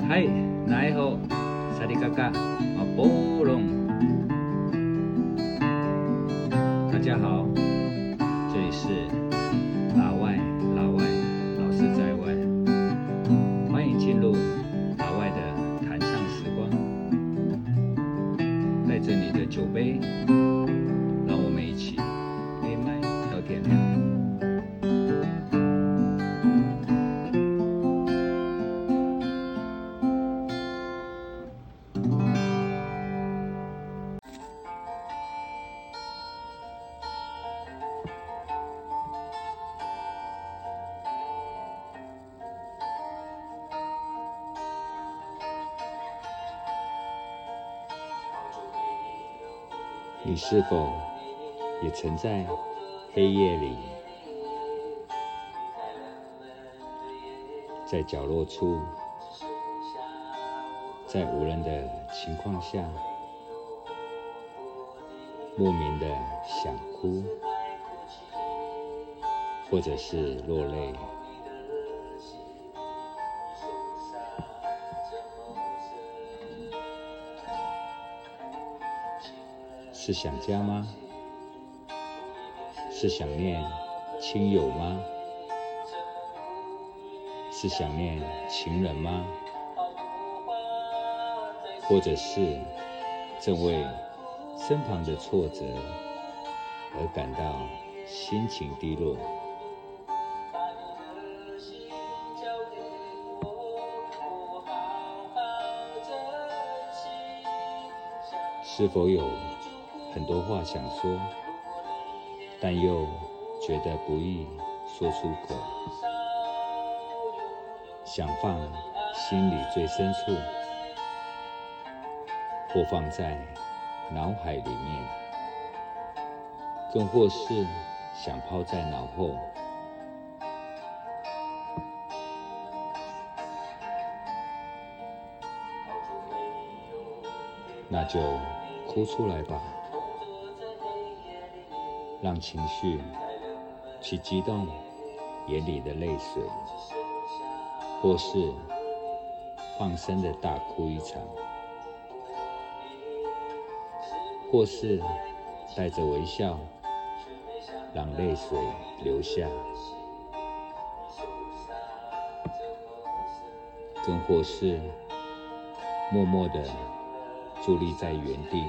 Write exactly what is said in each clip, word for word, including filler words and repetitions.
嗨，你好，萨利嘎嘎，马波隆。大家好，这里是老外，老外，老师在外，欢迎进入老外的谈唱时光，带着你的酒杯，让我们一起开麦聊天聊。你是否也曾在黑夜里，在角落处，在无人的情况下，莫名的想哭，或者是落泪？是想家吗？是想念亲友吗？是想念情人吗？或者是正为身旁的挫折而感到心情低落？是否有很多话想说，但又觉得不易说出口，想放心里最深处，或放在脑海里面，更或是想抛在脑后。那就哭出来吧，让情绪去激动眼里的泪水，或是放声的大哭一场，或是带着微笑让泪水流下，更或是默默的伫立在原地，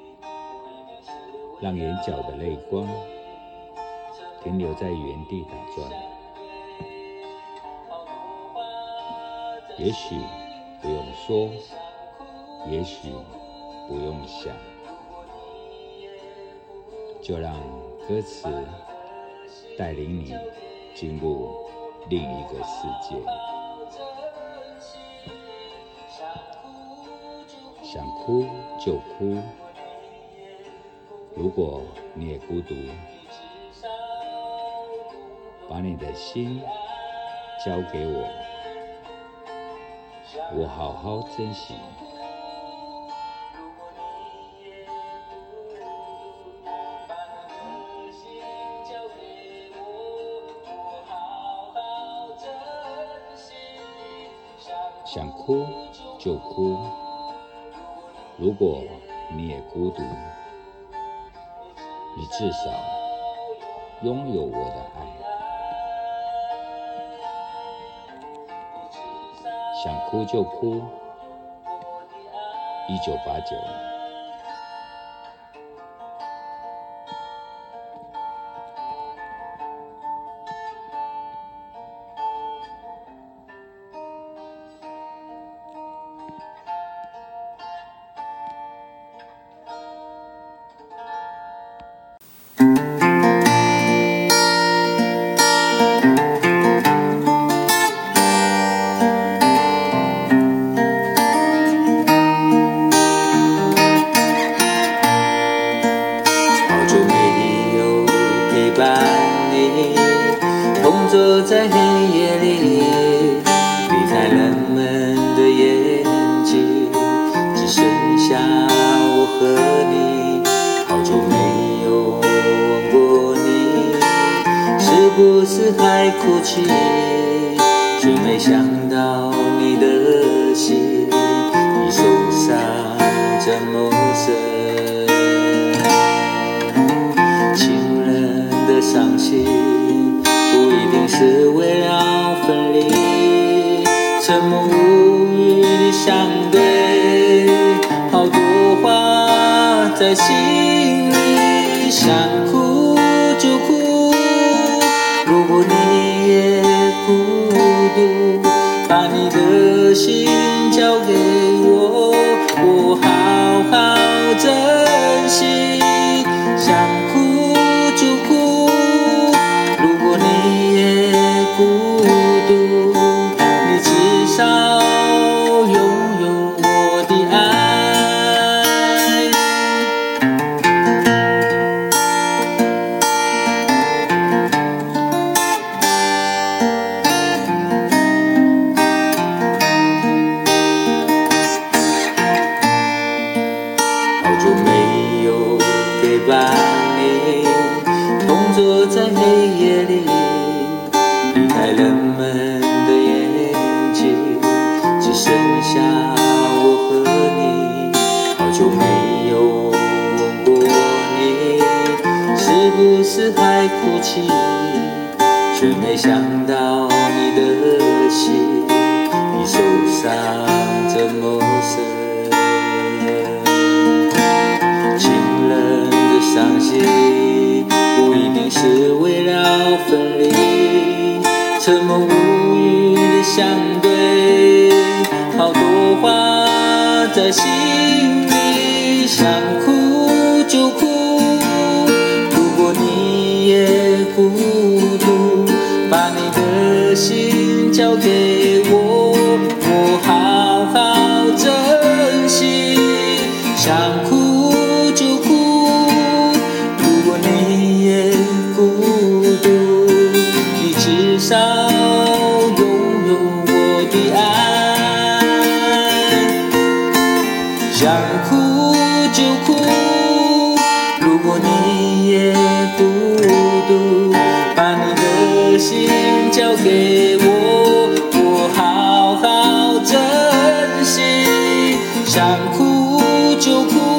让眼角的泪光停留在原地打转。也许不用说，也许不用想，就让歌词带领你进入另一个世界。想哭就哭，如果你也孤独，把你的心交给我，我好好珍惜。想哭就哭，如果你也孤独，你至少拥有我的爱。想哭就哭，一九八九。 同坐在黑夜里，离开人们的眼睛，只剩下我和你。好久没有问过你，是不是还哭泣？却没想到你的心是为了分离，沉默无语的相对，好多话在心里，想哭就哭。如果你也孤独，把你的心交给我，我好好珍惜。想哭就哭，如果你也孤独，你至少拥有我的爱。好久没有陪伴你，同坐在黑夜里，离开人们的眼睛，只剩下我和你。好久没有问过你，是不是还哭泣，却没想到你的心已受伤这么深。伤心不一定是为了分离，沉默无语的相对，好多话在心里，想哭就哭。如果你也孤独，把你的心交给我，我好好珍惜。想哭就哭，你也孤独，你至少拥有我的爱。想哭就哭，如果你也孤独，把你的心交给我，我好好珍惜。想哭就哭。